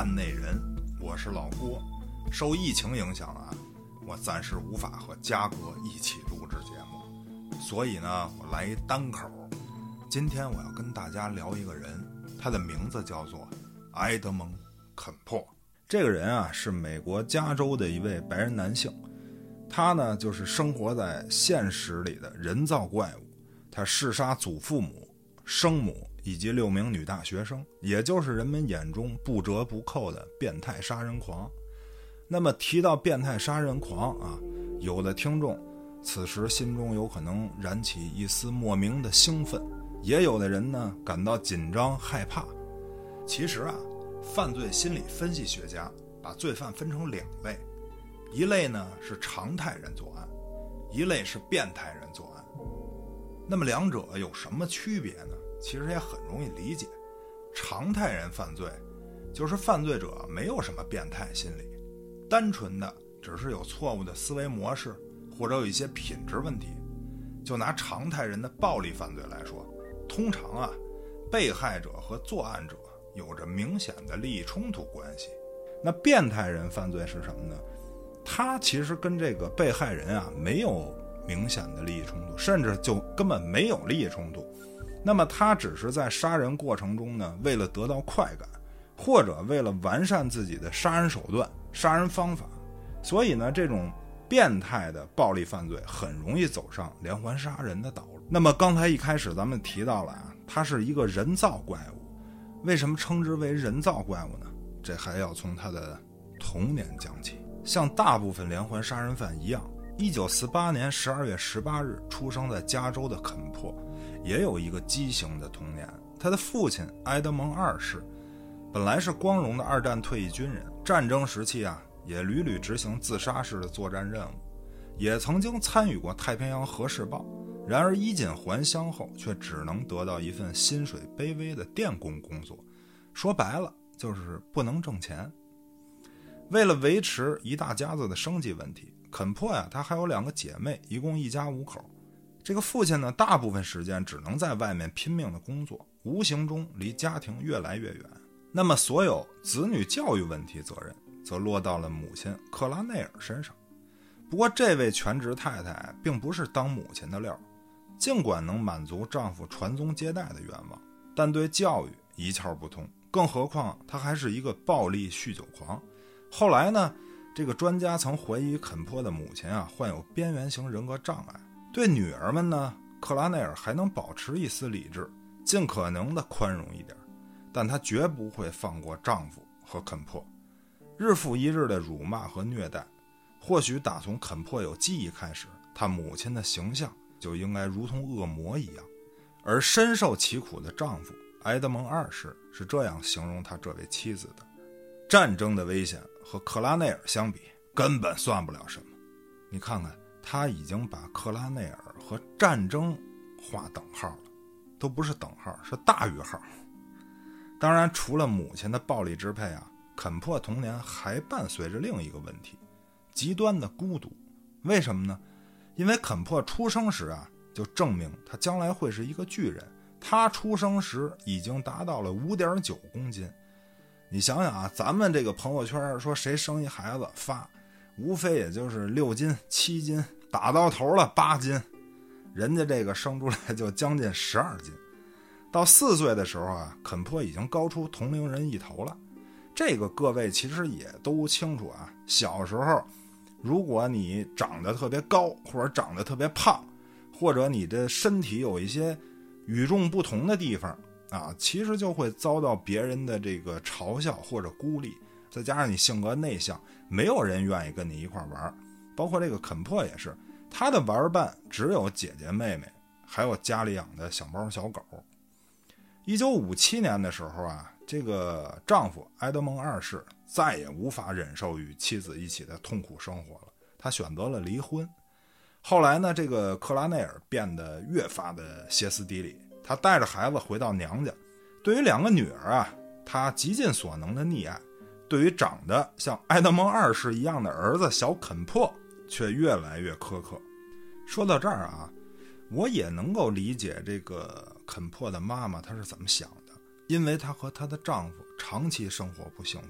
案内人，我是老郭。受疫情影响啊，我暂时无法和嘉哥一起录制节目，所以呢，我来一单口。今天我要跟大家聊一个人，他的名字叫做埃德蒙·肯珀。这个人啊，是美国加州的一位白人男性，他呢就是生活在现实里的人造怪物。他弑杀祖父母、生母以及6名女大学生，也就是人们眼中不折不扣的变态杀人狂。那么提到变态杀人狂啊，有的听众此时心中有可能燃起一丝莫名的兴奋，也有的人呢感到紧张害怕。其实啊，犯罪心理分析学家把罪犯分成2类，一类呢是常态人作案，一类是变态人作案。那么两者有什么区别呢？其实也很容易理解。常态人犯罪就是犯罪者没有什么变态心理，单纯的只是有错误的思维模式，或者有一些品质问题。就拿常态人的暴力犯罪来说，通常啊，被害者和作案者有着明显的利益冲突关系。那变态人犯罪是什么呢？他其实跟这个被害人啊没有明显的利益冲突，甚至就根本没有利益冲突。那么他只是在杀人过程中呢，为了得到快感，或者为了完善自己的杀人手段、杀人方法，所以呢，这种变态的暴力犯罪很容易走上连环杀人的道路。那么刚才一开始咱们提到了啊，它是一个人造怪物。为什么称之为人造怪物呢？这还要从他的童年讲起。像大部分连环杀人犯一样，1948年12月18日出生在加州的肯珀也有一个畸形的童年。他的父亲埃德蒙2世本来是光荣的2战退役军人，战争时期啊也屡屡执行自杀式的作战任务，也曾经参与过太平洋核试爆。然而衣锦还乡后，却只能得到一份薪水卑微的电工工作，说白了就是不能挣钱。为了维持一大家子的生计问题，肯珀呀，他还有2个姐妹，一共一家5口。这个父亲呢，大部分时间只能在外面拼命的工作，无形中离家庭越来越远。那么所有子女教育问题责任则落到了母亲克拉内尔身上。不过这位全职太太并不是当母亲的料，尽管能满足丈夫传宗接代的愿望，但对教育一窍不通，更何况她还是一个暴力酗酒狂。后来呢，这个专家曾怀疑肯珀的母亲啊患有边缘型人格障碍。对女儿们呢，克拉内尔还能保持一丝理智，尽可能的宽容一点，但她绝不会放过丈夫和肯珀。日复一日的辱骂和虐待，或许打从肯珀有记忆开始，他母亲的形象就应该如同恶魔一样。而深受其苦的丈夫埃德蒙2世是这样形容他这位妻子的：战争的危险和克拉内尔相比根本算不了什么。你看看，他已经把克拉内尔和战争划等号了，都不是等号，是大于号。当然除了母亲的暴力支配啊，肯珀童年还伴随着另一个问题，极端的孤独。为什么呢？因为肯珀出生时啊，就证明他将来会是一个巨人。他出生时已经达到了5.9公斤。你想想啊，咱们这个朋友圈说谁生一孩子发，无非也就是6斤、7斤，打到头了8斤。人家这个生出来就将近12斤。到4岁的时候啊，肯珀已经高出同龄人1头了。这个各位其实也都清楚啊，小时候如果你长得特别高，或者长得特别胖，或者你的身体有一些与众不同的地方啊，其实就会遭到别人的这个嘲笑或者孤立。再加上你性格内向，没有人愿意跟你一块玩。包括这个肯珀也是，他的玩伴只有姐姐妹妹，还有家里养的小猫小狗。1957年的时候啊，这个丈夫埃德蒙2世再也无法忍受与妻子一起的痛苦生活了，他选择了离婚。后来呢，这个克拉内尔变得越发的歇斯底里，他带着孩子回到娘家。对于2个女儿啊，他极尽所能的溺爱。对于长得像埃德蒙2世一样的儿子小肯珀，却越来越苛刻。说到这儿啊，我也能够理解这个肯珀的妈妈她是怎么想的，因为她和她的丈夫长期生活不幸福，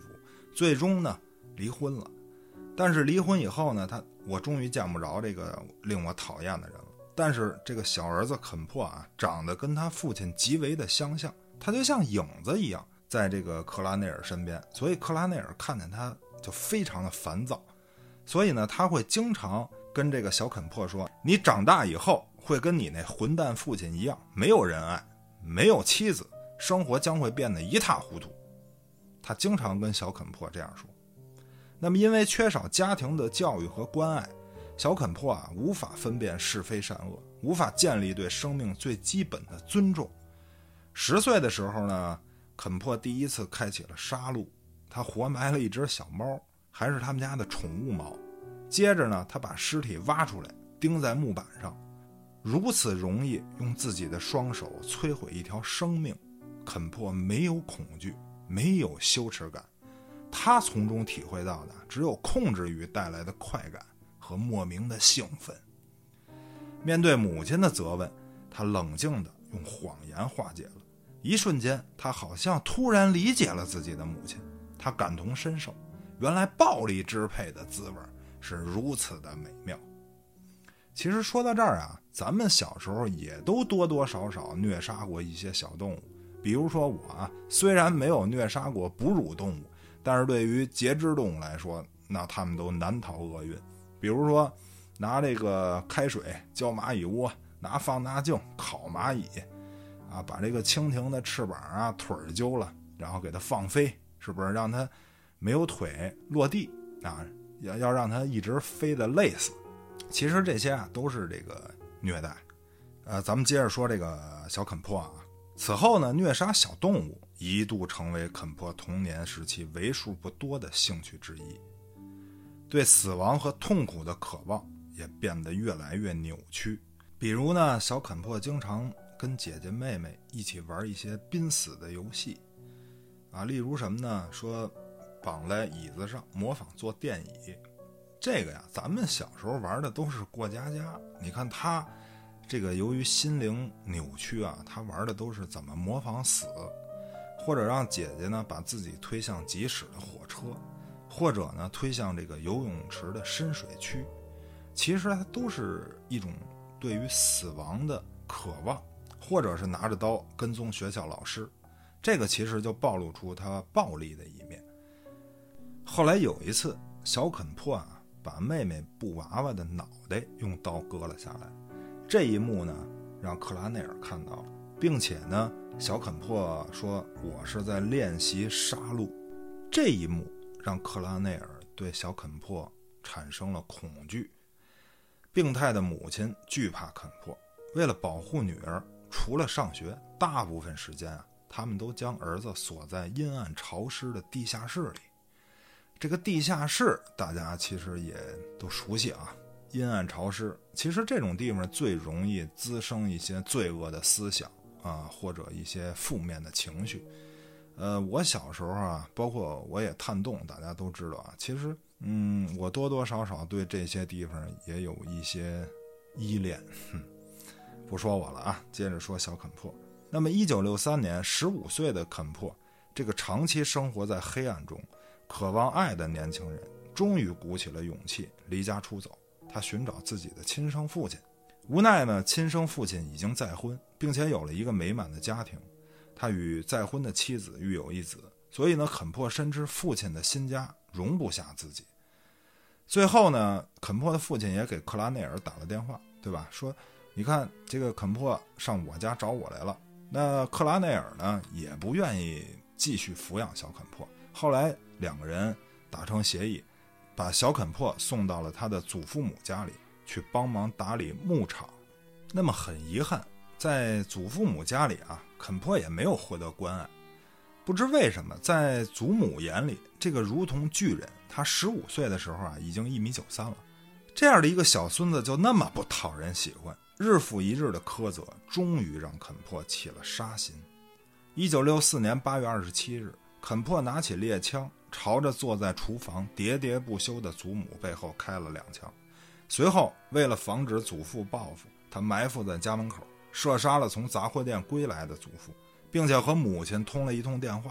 最终呢离婚了。但是离婚以后呢，我终于见不着这个令我讨厌的人了。但是这个小儿子肯珀啊，长得跟他父亲极为的相像，他就像影子一样在这个克拉内尔身边，所以克拉内尔看见他就非常的烦躁。所以呢，他会经常跟这个小肯珀说，你长大以后会跟你那混蛋父亲一样，没有人爱，没有妻子，生活将会变得一塌糊涂。他经常跟小肯珀这样说。那么因为缺少家庭的教育和关爱，小肯珀啊无法分辨是非善恶，无法建立对生命最基本的尊重。10岁的时候呢，肯珀第一次开启了杀戮，他活埋了一只小猫，还是他们家的宠物猫。接着呢，他把尸体挖出来钉在木板上。如此容易用自己的双手摧毁一条生命，肯珀没有恐惧，没有羞耻感，他从中体会到的只有控制欲带来的快感和莫名的兴奋。面对母亲的责问，他冷静地用谎言化解了。一瞬间，他好像突然理解了自己的母亲，他感同身受，原来暴力支配的滋味是如此的美妙。其实说到这儿啊，咱们小时候也都多多少少虐杀过一些小动物。比如说我啊，虽然没有虐杀过哺乳动物，但是对于节肢动物来说，那他们都难逃厄运。比如说拿这个开水浇蚂蚁窝，拿放大镜烤蚂蚁啊，把这个蜻蜓的翅膀啊腿儿揪了，然后给它放飞，是不是让它没有腿落地啊，要让它一直飞得累死。其实这些啊都是这个虐待。咱们接着说这个小肯珀啊。此后呢，虐杀小动物一度成为肯珀童年时期为数不多的兴趣之一。对死亡和痛苦的渴望也变得越来越扭曲。比如呢，小肯珀经常跟姐姐妹妹一起玩一些濒死的游戏啊，例如什么呢？说绑在椅子上模仿坐电椅。这个呀，咱们小时候玩的都是过家家。你看他这个由于心灵扭曲啊，他玩的都是怎么模仿死，或者让姐姐呢把自己推向急驶的火车，或者呢推向这个游泳池的深水区。其实它都是一种对于死亡的渴望，或者是拿着刀跟踪学校老师。这个其实就暴露出他暴力的一面。后来有一次，小肯珀啊把妹妹布娃娃的脑袋用刀割了下来。这一幕呢，让克拉内尔看到了，并且呢，小肯珀说我是在练习杀戮。这一幕让克拉内尔对小肯珀产生了恐惧。病态的母亲惧怕肯珀，为了保护女儿，除了上学，大部分时间啊，他们都将儿子锁在阴暗潮湿的地下室里。这个地下室大家其实也都熟悉啊，阴暗潮湿，其实这种地方最容易滋生一些罪恶的思想啊，或者一些负面的情绪。我小时候啊，包括我也探洞，大家都知道啊，其实我多多少少对这些地方也有一些依恋。不说我了啊，接着说小肯珀。那么1963年15岁的肯珀，这个长期生活在黑暗中渴望爱的年轻人，终于鼓起了勇气离家出走。他寻找自己的亲生父亲，无奈呢，亲生父亲已经再婚，并且有了一个美满的家庭。他与再婚的妻子育有一子，所以呢，肯珀深知父亲的新家容不下自己。最后呢，肯珀的父亲也给克拉内尔打了电话，对吧？说你看这个肯珀上我家找我来了。那克拉内尔呢也不愿意继续抚养小肯珀。后来两个人达成协议，把小肯珀送到了他的祖父母家里去帮忙打理牧场。那么很遗憾，在祖父母家里啊，肯珀也没有获得关爱。不知为什么，在祖母眼里，这个如同巨人，他15岁的时候啊，已经1.93米了。这样的一个小孙子就那么不讨人喜欢，日复一日的苛责，终于让肯珀起了杀心。1964年8月27日，肯珀拿起猎枪，朝着坐在厨房喋喋不休的祖母背后开了2枪。随后，为了防止祖父报复，他埋伏在家门口，射杀了从杂货店归来的祖父，并且和母亲通了一通电话。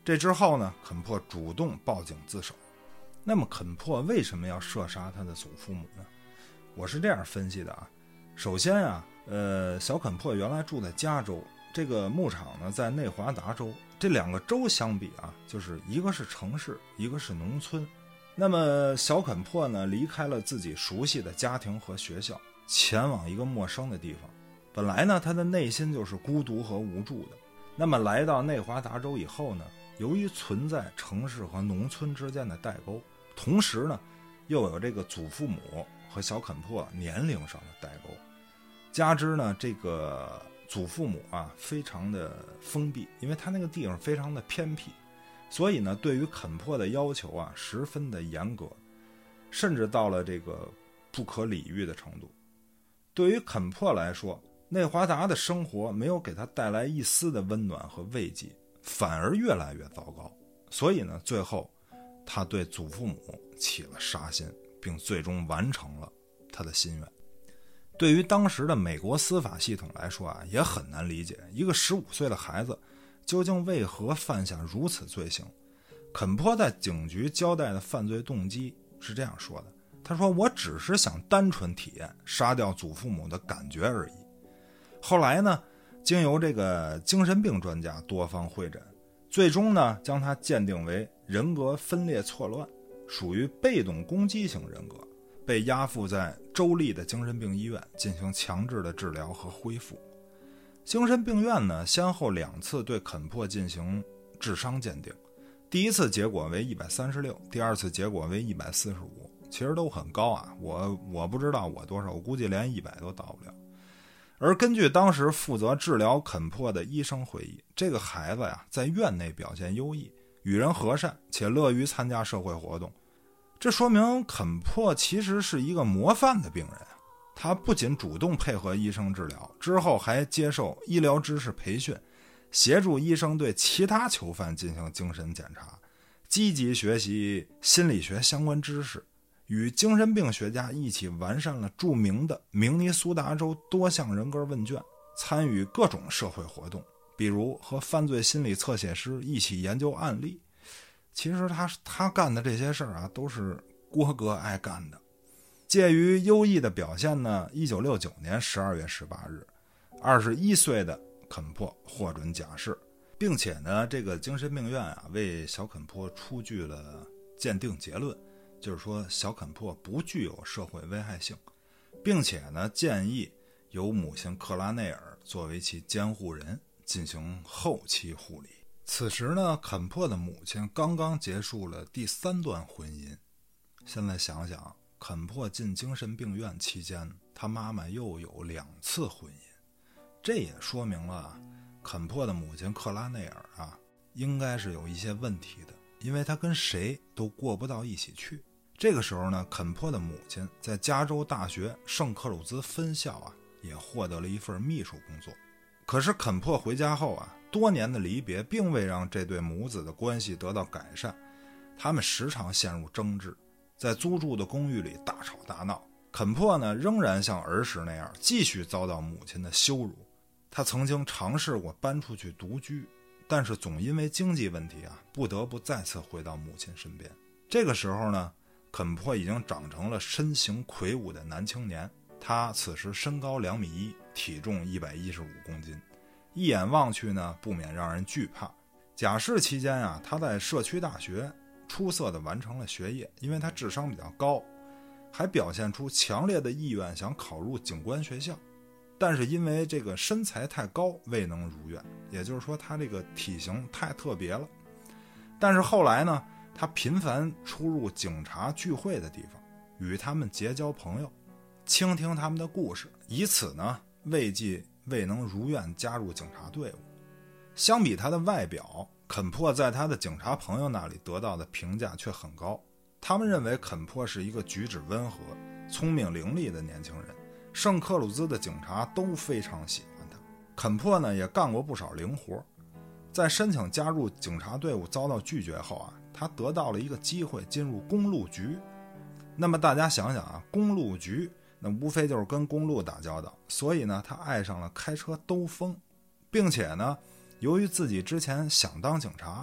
这之后呢，肯珀主动报警自首。那么肯珀为什么要射杀他的祖父母呢？我是这样分析的啊。首先啊，小肯珀原来住在加州，这个牧场呢在内华达州，这2个州相比啊，就是一个是城市，一个是农村。那么小肯珀呢离开了自己熟悉的家庭和学校，前往一个陌生的地方。本来呢他的内心就是孤独和无助的。那么来到内华达州以后呢，由于存在城市和农村之间的代沟，同时呢又有这个祖父母和小肯珀年龄上的代沟，加之呢这个祖父母啊非常的封闭，因为他那个地方非常的偏僻，所以呢对于肯珀的要求啊十分的严格，甚至到了这个不可理喻的程度。对于肯珀来说，内华达的生活没有给他带来一丝的温暖和慰藉，反而越来越糟糕。所以呢最后他对祖父母起了杀心，并最终完成了他的心愿。对于当时的美国司法系统来说啊，也很难理解一个15岁的孩子究竟为何犯下如此罪行。肯珀在警局交代的犯罪动机是这样说的，他说我只是想单纯体验杀掉祖父母的感觉而已。后来呢，经由这个精神病专家多方会诊，最终呢将他鉴定为人格分裂错乱，属于被动攻击型人格，被押赴在州立的精神病医院进行强制的治疗和恢复。精神病院呢先后2次对肯珀进行智商鉴定，第一次结果为136，第2次结果为145，其实都很高啊，我不知道我多少，我估计连100都到不了。而根据当时负责治疗肯珀的医生回忆，这个孩子呀在院内表现优异，与人和善，且乐于参加社会活动。这说明肯珀其实是一个模范的病人，他不仅主动配合医生治疗，之后还接受医疗知识培训，协助医生对其他囚犯进行精神检查，积极学习心理学相关知识，与精神病学家一起完善了著名的明尼苏达州多项人格问卷，参与各种社会活动，比如和犯罪心理侧写师一起研究案例。其实他干的这些事儿啊，都是郭哥爱干的。介于优异的表现呢，1969年12月18日，21岁的肯珀获准假释，并且呢，这个精神病院啊为小肯珀出具了鉴定结论，就是说小肯珀不具有社会危害性，并且呢建议由母亲克拉内尔作为其监护人进行后期护理。此时呢，肯珀的母亲刚刚结束了第3段婚姻。现在想想，肯珀进精神病院期间，他妈妈又有2次婚姻，这也说明了肯珀的母亲克拉内尔啊，应该是有一些问题的，因为他跟谁都过不到一起去。这个时候呢，肯珀的母亲在加州大学圣克鲁兹分校啊，也获得了一份秘书工作。可是肯珀回家后啊，多年的离别并未让这对母子的关系得到改善，他们时常陷入争执，在租住的公寓里大吵大闹。肯珀呢，仍然像儿时那样继续遭到母亲的羞辱。他曾经尝试过搬出去独居，但是总因为经济问题啊，不得不再次回到母亲身边。这个时候呢，肯珀已经长成了身形魁梧的男青年，他此时身高2.1米，体重115公斤，一眼望去呢，不免让人惧怕。假释期间啊，他在社区大学出色地完成了学业，因为他智商比较高，还表现出强烈的意愿想考入警官学校，但是因为这个身材太高未能如愿，也就是说他这个体型太特别了。但是后来呢，他频繁出入警察聚会的地方，与他们结交朋友，倾听他们的故事，以此呢慰藉未能如愿加入警察队伍。相比他的外表，肯珀在他的警察朋友那里得到的评价却很高，他们认为肯珀是一个举止温和、聪明伶俐的年轻人，圣克鲁兹的警察都非常喜欢他。肯珀呢也干过不少零活，在申请加入警察队伍遭到拒绝后啊，他得到了一个机会进入公路局。那么大家想想啊，公路局那无非就是跟公路打交道，所以呢他爱上了开车兜风，并且呢由于自己之前想当警察，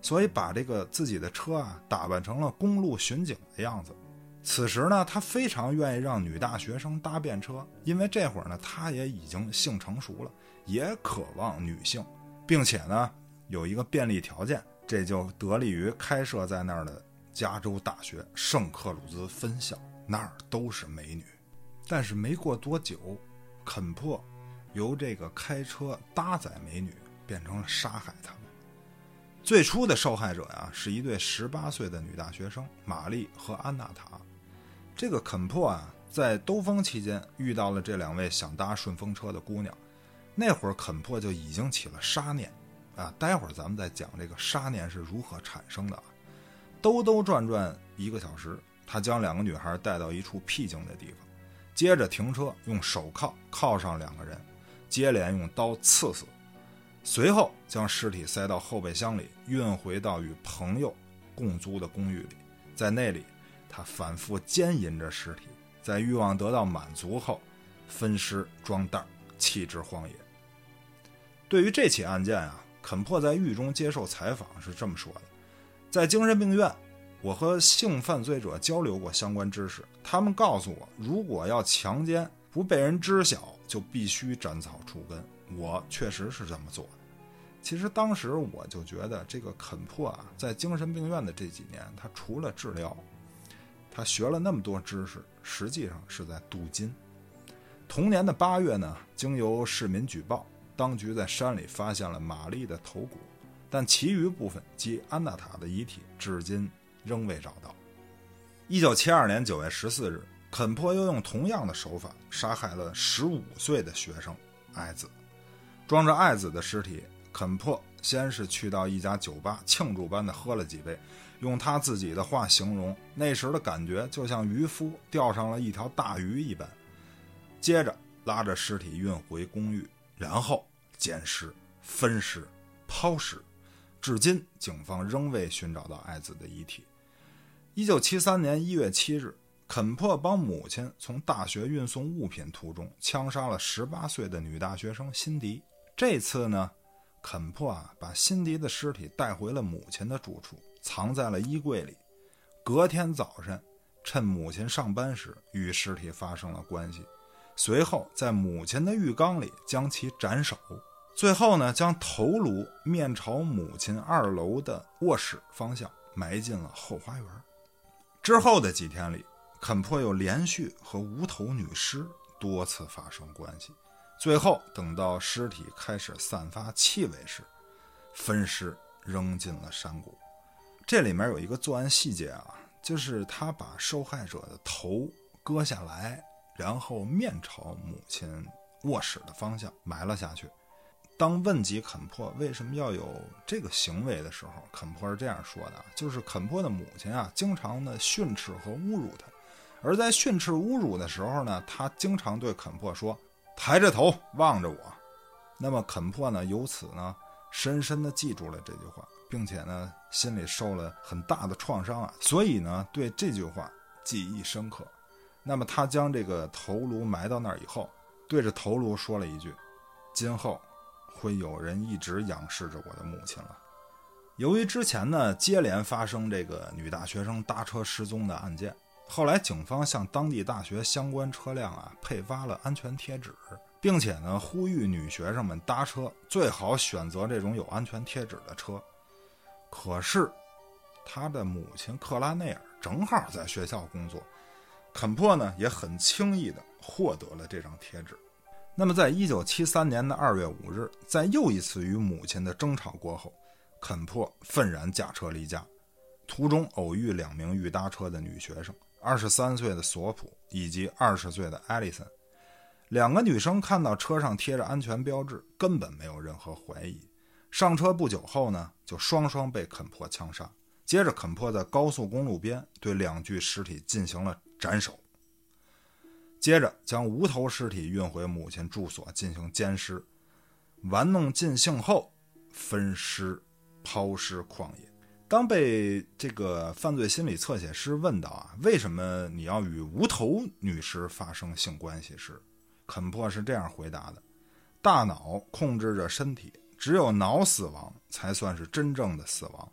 所以把这个自己的车啊打扮成了公路巡警的样子。此时呢，他非常愿意让女大学生搭便车，因为这会儿呢，他也已经性成熟了，也渴望女性，并且呢，有一个便利条件，这就得力于开设在那儿的加州大学圣克鲁兹分校，那儿都是美女。但是没过多久，肯珀由这个开车搭载美女变成了杀害她们。最初的受害者呀，是一对18岁的女大学生玛丽和安娜塔。这个肯珀啊，在兜风期间遇到了这2位想搭顺风车的姑娘，那会儿肯珀就已经起了杀念啊。待会儿咱们再讲这个杀念是如何产生的啊。兜兜转转1个小时，他将2个女孩带到一处僻静的地方，接着停车，用手铐上2个人，接连用刀刺死，随后将尸体塞到后备箱里，运回到与朋友共租的公寓里。在那里，他反复奸淫着尸体，在欲望得到满足后，分尸装袋弃之荒野。对于这起案件啊，肯珀在狱中接受采访是这么说的：在精神病院，我和性犯罪者交流过相关知识，他们告诉我，如果要强奸不被人知晓，就必须斩草除根。我确实是这么做的。其实当时我就觉得这个肯珀啊，在精神病院的这几年，他除了治疗，他学了那么多知识，实际上是在镀金。同年的8月呢，经由市民举报，当局在山里发现了玛丽的头骨，但其余部分及安娜塔的遗体至今仍未找到。1972年9月14日，肯珀又用同样的手法杀害了15岁的学生爱子。装着爱子的尸体，肯珀先是去到一家酒吧，庆祝般的喝了几杯，用他自己的话形容，那时的感觉就像渔夫钓上了一条大鱼一般。接着拉着尸体运回公寓，然后捡尸、分尸、抛尸，至今警方仍未寻找到爱子的遗体。1973年1月7日，肯珀帮母亲从大学运送物品途中枪杀了18岁的女大学生辛迪。这次呢，肯珀啊把辛迪的尸体带回了母亲的住处，藏在了衣柜里。隔天早晨，趁母亲上班时与尸体发生了关系，随后在母亲的浴缸里将其斩首。最后呢，将头颅面朝母亲2楼的卧室方向埋进了后花园。之后的几天里，肯珀又连续和无头女尸多次发生关系，最后等到尸体开始散发气味时，分尸扔进了山谷。这里面有一个作案细节啊，就是他把受害者的头割下来，然后面朝母亲卧室的方向埋了下去。当问及肯珀为什么要有这个行为的时候，肯珀是这样说的，就是肯珀的母亲啊，经常的训斥和侮辱他，而在训斥侮辱的时候呢，他经常对肯珀说，抬着头望着我。那么肯珀呢，由此呢深深的记住了这句话，并且呢心里受了很大的创伤啊，所以呢对这句话记忆深刻。那么他将这个头颅埋到那儿以后，对着头颅说了一句，今后会有人一直仰视着我的母亲了。由于之前呢接连发生这个女大学生搭车失踪的案件，后来警方向当地大学相关车辆啊配发了安全贴纸，并且呢呼吁女学生们搭车最好选择这种有安全贴纸的车。可是他的母亲克拉内尔正好在学校工作，肯珀呢也很轻易地获得了这张贴纸。那么在1973年的2月5日，在又一次与母亲的争吵过后，肯珀愤然驾车离家，途中偶遇2名欲搭车的女学生，23岁的索普以及20岁的艾丽森。2个女生看到车上贴着安全标志，根本没有任何怀疑。上车不久后呢，就双双被肯珀枪杀。接着肯珀在高速公路边对2具尸体进行了斩首，接着将无头尸体运回母亲住所进行奸尸，玩弄尽兴后分尸抛尸旷野。当被这个犯罪心理侧写师问到啊，为什么你要与无头女尸发生性关系时，肯珀是这样回答的，大脑控制着身体，只有脑死亡才算是真正的死亡，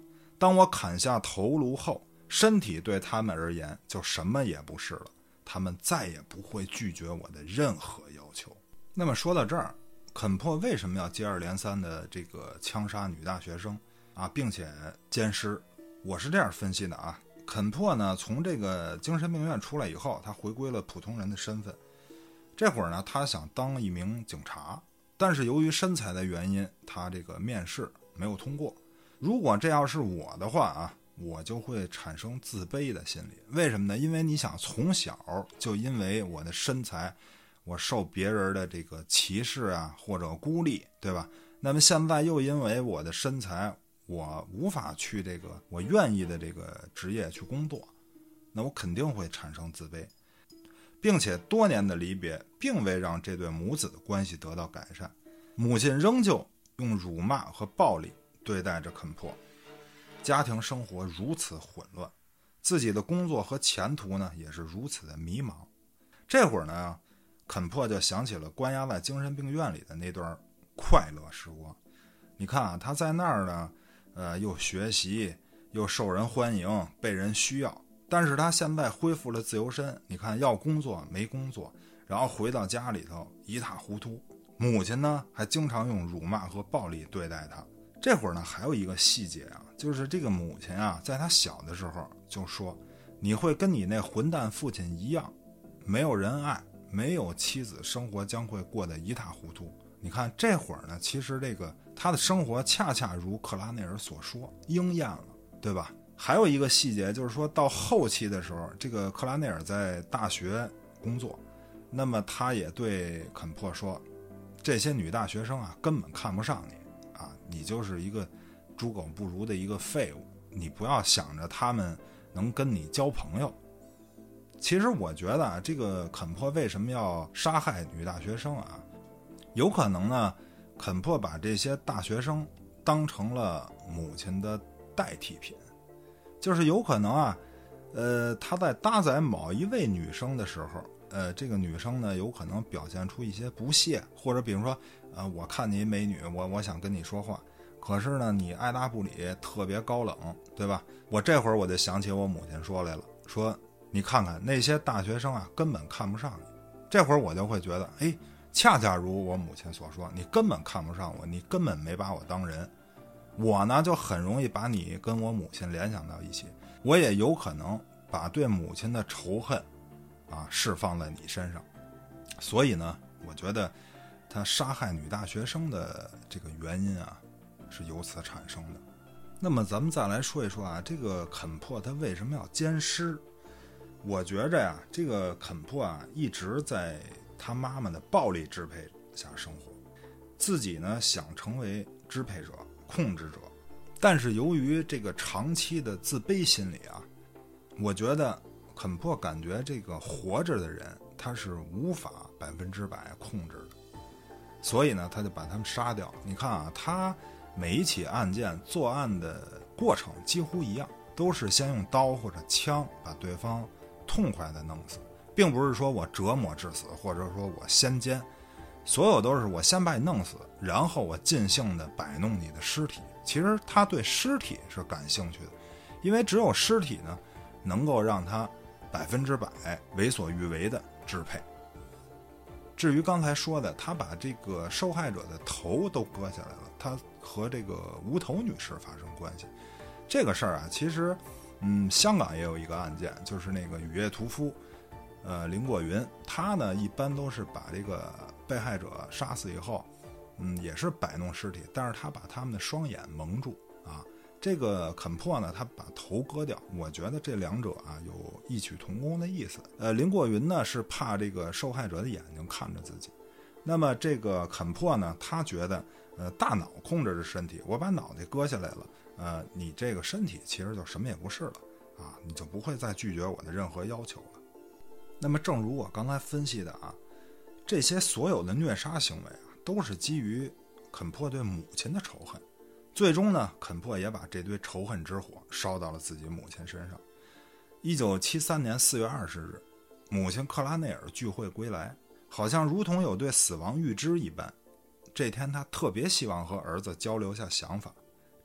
当我砍下头颅后，身体对他们而言就什么也不是了，他们再也不会拒绝我的任何要求。那么说到这儿，肯珀为什么要接二连三的这个枪杀女大学生啊，并且奸尸？我是这样分析的啊。肯珀呢，从这个精神病院出来以后，他回归了普通人的身份。这会儿呢，他想当一名警察，但是由于身材的原因，他这个面试没有通过。如果这要是我的话啊，我就会产生自卑的心理。为什么呢？因为你想，从小就因为我的身材，我受别人的这个歧视啊，或者孤立，对吧？那么现在又因为我的身材，我无法去这个我愿意的这个职业去工作，那我肯定会产生自卑，并且多年的离别并未让这对母子的关系得到改善，母亲仍旧用辱骂和暴力对待着肯珀，家庭生活如此混乱，自己的工作和前途呢也是如此的迷茫。这会儿呢，肯珀就想起了关押在精神病院里的那段快乐时光。你看啊，他在那儿呢，又学习，又受人欢迎，被人需要。但是他现在恢复了自由身，你看要工作没工作，然后回到家里头一塌糊涂。母亲呢，还经常用辱骂和暴力对待他。这会儿呢，还有一个细节啊，就是这个母亲啊，在他小的时候就说：“你会跟你那混蛋父亲一样，没有人爱，没有妻子，生活将会过得一塌糊涂。”你看这会儿呢，其实这个他的生活恰恰如克拉内尔所说，应验了，对吧？还有一个细节就是说到后期的时候，这个克拉内尔在大学工作，那么他也对肯珀说，这些女大学生啊根本看不上你啊，你就是一个猪狗不如的一个废物，你不要想着他们能跟你交朋友。其实我觉得啊，这个肯珀为什么要杀害女大学生啊，有可能呢，肯珀把这些大学生当成了母亲的代替品，就是有可能啊，他在搭载某一位女生的时候，这个女生呢有可能表现出一些不屑，或者比如说，我看你美女，我想跟你说话，可是呢你爱答不理，特别高冷，对吧？我这会儿我就想起我母亲说来了，说你看看那些大学生啊，根本看不上你。这会儿我就会觉得，哎，恰恰如我母亲所说，你根本看不上我，你根本没把我当人。我呢就很容易把你跟我母亲联想到一起，我也有可能把对母亲的仇恨啊释放在你身上。所以呢，我觉得他杀害女大学生的这个原因啊是由此产生的。那么咱们再来说一说啊，这个肯珀他为什么要奸尸？我觉着呀，这个肯珀啊一直在他妈妈的暴力支配下生活，自己呢想成为支配者、控制者，但是由于这个长期的自卑心理啊，我觉得肯珀感觉这个活着的人他是无法100%控制的，所以呢他就把他们杀掉。你看啊，他每一起案件作案的过程几乎一样，都是先用刀或者枪把对方痛快的弄死，并不是说我折磨致死，或者说我先奸，所有都是我先把你弄死，然后我尽兴的摆弄你的尸体。其实他对尸体是感兴趣的，因为只有尸体呢能够让他100%为所欲为的支配。至于刚才说的，他把这个受害者的头都割下来了，他和这个无头女士发生关系。这个事儿啊，其实香港也有一个案件，就是那个雨夜屠夫林过云，他呢一般都是把这个被害者杀死以后，也是摆弄尸体，但是他把他们的双眼蒙住啊。这个肯珀呢，他把头割掉，我觉得这两者啊有异曲同工的意思。林过云呢是怕这个受害者的眼睛看着自己，那么这个肯珀呢，他觉得大脑控制着身体，我把脑袋割下来了，你这个身体其实就什么也不是了啊，你就不会再拒绝我的任何要求了。那么正如我刚才分析的啊，这些所有的虐杀行为啊，都是基于肯珀对母亲的仇恨。最终呢，肯珀也把这堆仇恨之火烧到了自己母亲身上。1973年4月20日，母亲克拉内尔聚会归来，好像如同有对死亡预知一般。这天他特别希望和儿子交流下想法。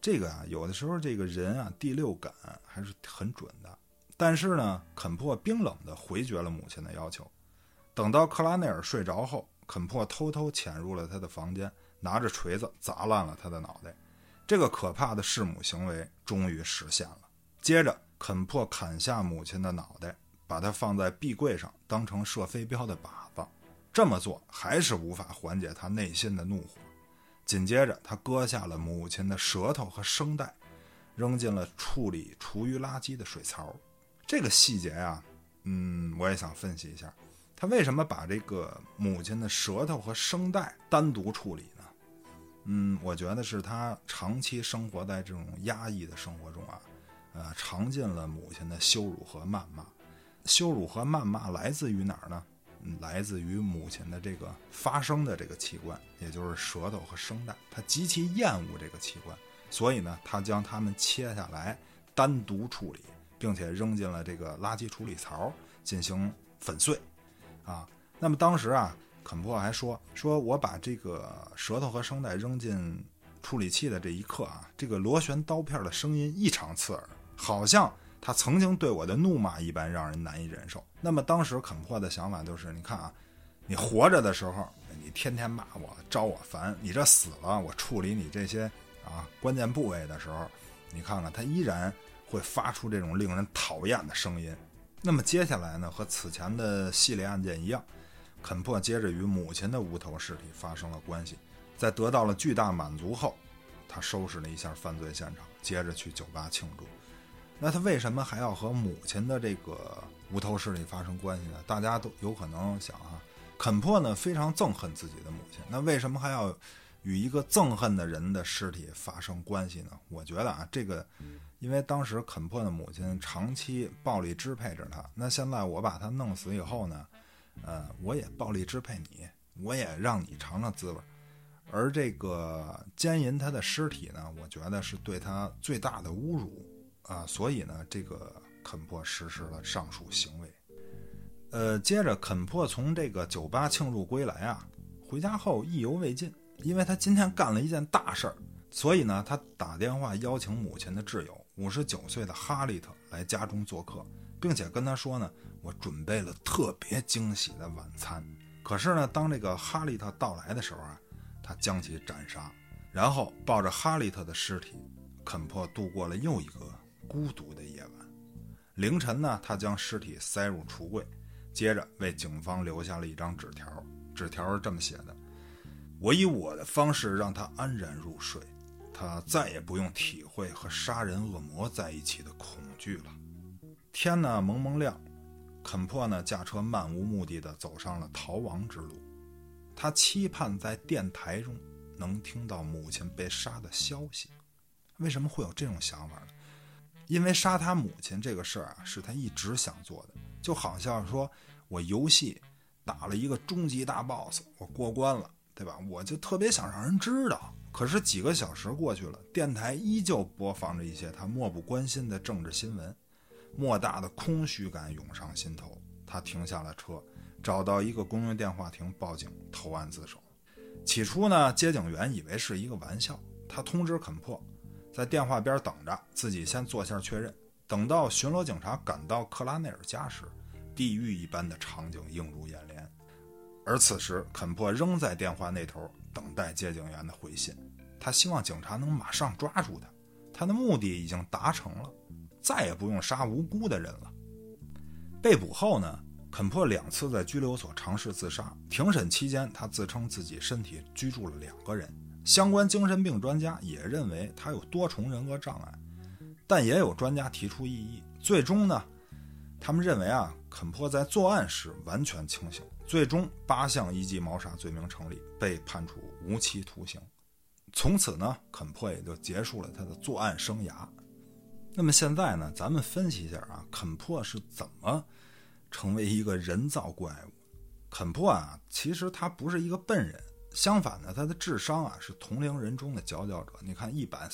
这个有的时候这个人第六感还是很准的。但是呢，肯珀冰冷地回绝了母亲的要求。等到克拉内尔睡着后，肯珀偷偷潜入了他的房间，拿着锤子砸烂了他的脑袋。这个可怕的弑母行为终于实现了。接着，肯珀砍下母亲的脑袋，把它放在壁柜上当成射飞镖的靶子。这么做还是无法缓解他内心的怒火。紧接着，他割下了母亲的舌头和声带，扔进了处理厨余垃圾的水槽。这个细节我也想分析一下，他为什么把这个母亲的舌头和声带单独处理呢？我觉得是他长期生活在这种压抑的生活中尝尽了母亲的羞辱和谩骂。羞辱和谩骂来自于哪儿呢？来自于母亲的这个发声的这个器官，也就是舌头和声带。他极其厌恶这个器官，所以呢，他将它们切下来单独处理，并且扔进了这个垃圾处理槽进行粉碎那么当时肯珀还说我把这个舌头和声带扔进处理器的这一刻这个螺旋刀片的声音异常刺耳，好像他曾经对我的怒骂一般，让人难以忍受。那么当时肯珀的想法就是，你看你活着的时候你天天骂我招我烦，你这死了我处理你这些关键部位的时候，你看看他依然会发出这种令人讨厌的声音。那么接下来呢，和此前的系列案件一样，肯珀接着与母亲的无头尸体发生了关系。在得到了巨大满足后，他收拾了一下犯罪现场，接着去酒吧庆祝。那他为什么还要和母亲的这个无头尸体发生关系呢？大家都有可能想肯珀呢非常憎恨自己的母亲，那为什么还要与一个憎恨的人的尸体发生关系呢？我觉得这个因为当时肯珀的母亲长期暴力支配着他，那现在我把他弄死以后呢，我也暴力支配你，我也让你尝尝滋味。而这个奸淫他的尸体呢，我觉得是对他最大的侮辱所以呢，这个肯珀实施了上述行为。接着肯珀从这个酒吧庆祝归来回家后意犹未尽，因为他今天干了一件大事儿，所以呢，他打电话邀请母亲的挚友59岁的哈利特来家中做客，并且跟他说呢，我准备了特别惊喜的晚餐。可是呢，当这个哈利特到来的时候他将其斩杀，然后抱着哈利特的尸体，肯珀度过了又一个孤独的夜晚。凌晨呢，他将尸体塞入橱柜，接着为警方留下了一张纸条。纸条是这么写的：我以我的方式让他安然入睡，他再也不用体会和杀人恶魔在一起的恐惧了。天呢蒙蒙亮，肯珀呢驾车漫无目的地走上了逃亡之路。他期盼在电台中能听到母亲被杀的消息。为什么会有这种想法呢？因为杀他母亲这个事儿是他一直想做的，就好像说我游戏打了一个终极大 boss， 我过关了，对吧？我就特别想让人知道。可是几个小时过去了，电台依旧播放着一些他漠不关心的政治新闻，莫大的空虚感涌上心头。他停下了车，找到一个公用电话亭报警投案自首。起初呢，接警员以为是一个玩笑，他通知肯珀在电话边等着，自己先坐下确认。等到巡逻警察赶到克拉内尔家时，地狱一般的场景映入眼帘。而此时肯珀仍在电话那头等待接警员的回信，他希望警察能马上抓住他，他的目的已经达成了，再也不用杀无辜的人了。被捕后呢，肯珀2次在拘留所尝试自杀。庭审期间，他自称自己身体居住了2个人。相关精神病专家也认为他有多重人格障碍，但也有专家提出异议。最终呢，他们认为肯珀在作案时完全清醒。最终8项1级谋杀罪名成立，被判处无期徒刑。从此呢，肯珀也就结束了他的作案生涯。那么现在呢，咱们分析一下肯珀是怎么成为一个人造怪物。肯珀其实他不是一个笨人，相反呢，他的智商是同龄人中的佼佼者。你看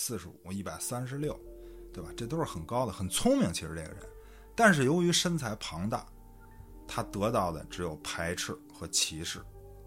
145、136，对吧？这都是很高的，很聪明。其实这个人，但是由于身材庞大，他得到的只有排斥和歧视。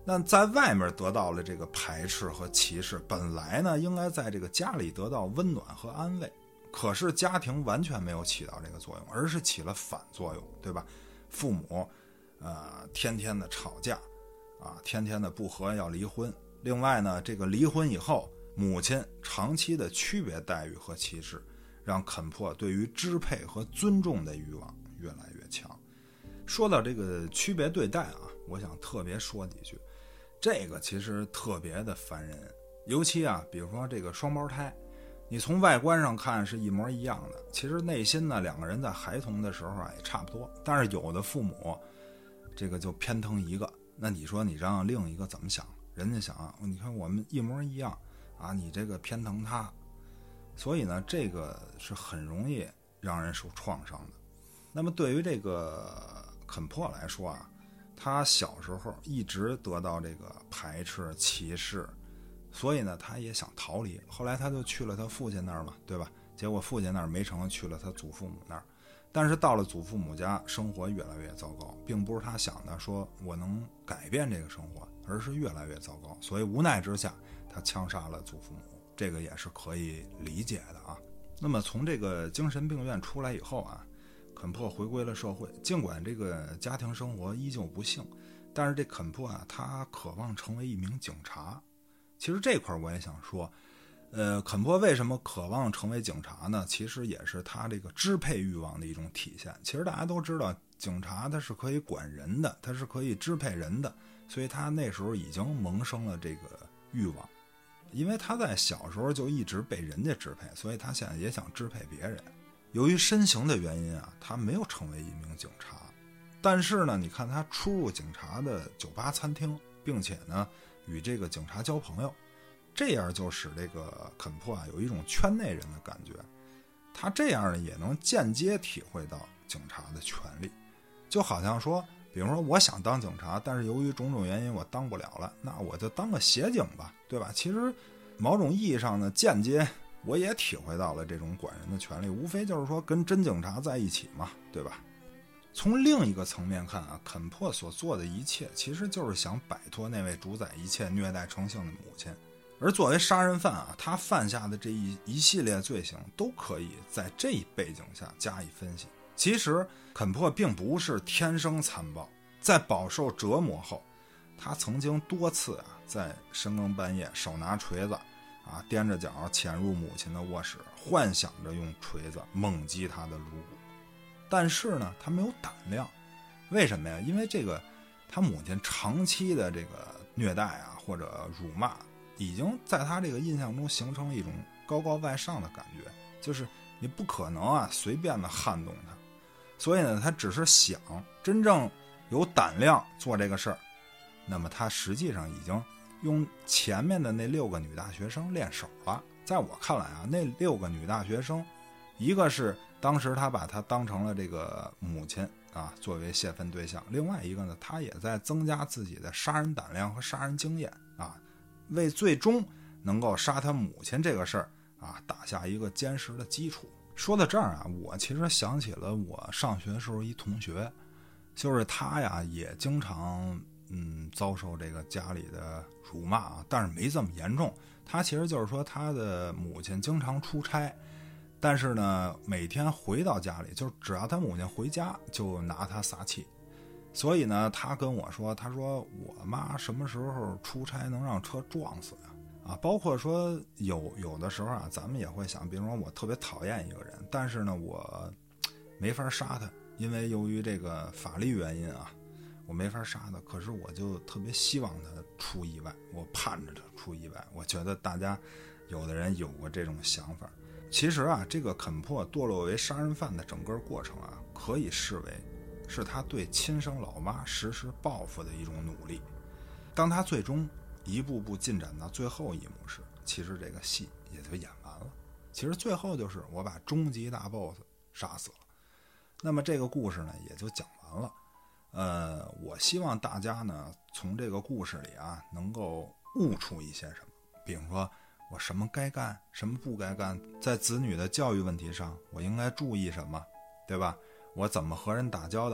那在外面得到了这个排斥和歧视，本来呢应该在这个家里得到温暖和安慰，可是家庭完全没有起到这个作用，而是起了反作用，对吧？父母天天的吵架天天的不和要离婚。另外呢，这个离婚以后，母亲长期的区别待遇和歧视，让肯珀对于支配和尊重的欲望越来越强。说到这个区别对待我想特别说几句。这个其实特别的烦人，尤其比如说这个双胞胎，你从外观上看是一模一样的，其实内心呢两个人在孩童的时候也差不多，但是有的父母这个就偏疼一个，那你说你让另一个怎么想？人家想你看我们一模一样你这个偏疼他，所以呢这个是很容易让人受创伤的。那么对于这个肯珀来说他小时候一直得到这个排斥歧视，所以呢他也想逃离，后来他就去了他父亲那儿嘛，对吧？结果父亲那儿没成，去了他祖父母那儿，但是到了祖父母家，生活越来越糟糕，并不是他想的说我能改变这个生活，而是越来越糟糕，所以无奈之下他枪杀了祖父母，这个也是可以理解的那么从这个精神病院出来以后肯珀回归了社会，尽管这个家庭生活依旧不幸，但是这肯珀他渴望成为一名警察。其实这块我也想说，肯珀为什么渴望成为警察呢？其实也是他这个支配欲望的一种体现。其实大家都知道，警察他是可以管人的，他是可以支配人的，所以他那时候已经萌生了这个欲望。因为他在小时候就一直被人家支配，所以他现在也想支配别人。由于身形的原因他没有成为一名警察，但是呢，你看他出入警察的酒吧餐厅，并且呢与这个警察交朋友，这样就使这个肯珀有一种圈内人的感觉。他这样呢也能间接体会到警察的权利，就好像说，比如说我想当警察，但是由于种种原因我当不了了，那我就当个协警吧，对吧？其实某种意义上呢，间接我也体会到了这种管人的权利，无非就是说跟真警察在一起嘛，对吧？从另一个层面看肯珀所做的一切其实就是想摆脱那位主宰一切虐待成性的母亲。而作为杀人犯他犯下的这一系列罪行都可以在这一背景下加以分析。其实肯珀并不是天生残暴，在饱受折磨后，他曾经多次在深更半夜手拿锤子踮着脚潜入母亲的卧室，幻想着用锤子猛击她的颅骨。但是呢他没有胆量，为什么呀？因为这个他母亲长期的这个虐待或者辱骂，已经在他这个印象中形成了一种高高在上的感觉，就是你不可能随便的撼动他。所以呢他只是想真正有胆量做这个事儿，那么他实际上已经用前面的那6个女大学生练手了。在我看来那6个女大学生，一个是当时他把她当成了这个母亲作为泄愤对象，另外一个呢，他也在增加自己的杀人胆量和杀人经验为最终能够杀他母亲这个事儿打下一个坚实的基础。说到这儿我其实想起了我上学时候一同学，就是他也经常遭受这个家里的辱骂但是没这么严重。他其实就是说他的母亲经常出差，但是呢每天回到家里，就是只要他母亲回家就拿他撒气。所以呢他跟我说，他说我妈什么时候出差能让车撞死包括说有的时候咱们也会想，比如说我特别讨厌一个人，但是呢我没法杀他，因为由于这个法律原因我没法杀他，可是我就特别希望他出意外，我盼着他出意外。我觉得大家有的人有过这种想法。其实这个肯珀堕落为杀人犯的整个过程可以视为是他对亲生老妈实施报复的一种努力。当他最终一步步进展到最后一幕时，其实这个戏也就演完了。其实最后就是我把终极大 boss 杀死了，那么这个故事呢也就讲完了。我希望大家呢从这个故事里能够悟出一些什么，比如说我什么该干什么不该干，在子女的教育问题上我应该注意什么，对吧？我怎么和人打交道，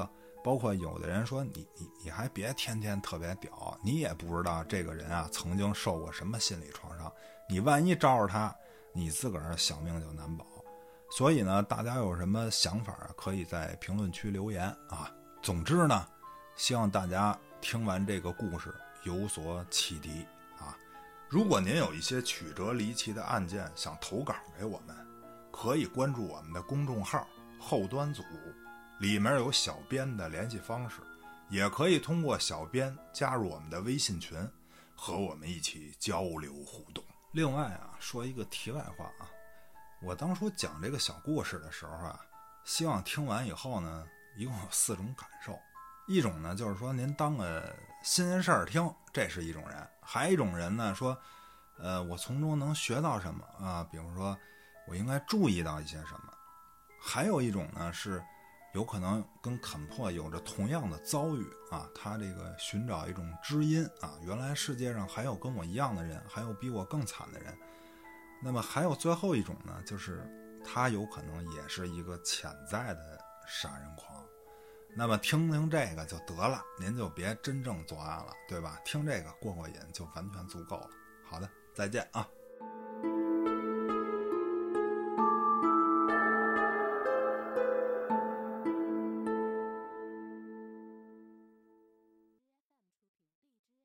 包括有的人说你还别天天特别屌，你也不知道这个人啊曾经受过什么心理创伤，你万一招着他，你自个儿小命就难保。所以呢，大家有什么想法可以在评论区留言啊。总之呢，希望大家听完这个故事有所启迪啊。如果您有一些曲折离奇的案件想投稿给我们，可以关注我们的公众号后端组，里面有小编的联系方式，也可以通过小编加入我们的微信群，和我们一起交流互动。另外啊，说一个题外话啊，我当初讲这个小故事的时候啊，希望听完以后呢，一共有4种感受。一种呢，就是说您当个新鲜事儿听，这是一种人；还有一种人呢，说，我从中能学到什么啊？比如说，我应该注意到一些什么。还有一种呢，是有可能跟坎珀有着同样的遭遇啊，他这个寻找一种知音啊，原来世界上还有跟我一样的人，还有比我更惨的人。那么还有最后一种呢，就是他有可能也是一个潜在的杀人狂。那么听听这个就得了，您就别真正作案了，对吧？听这个过过瘾就完全足够了。好的，再见啊。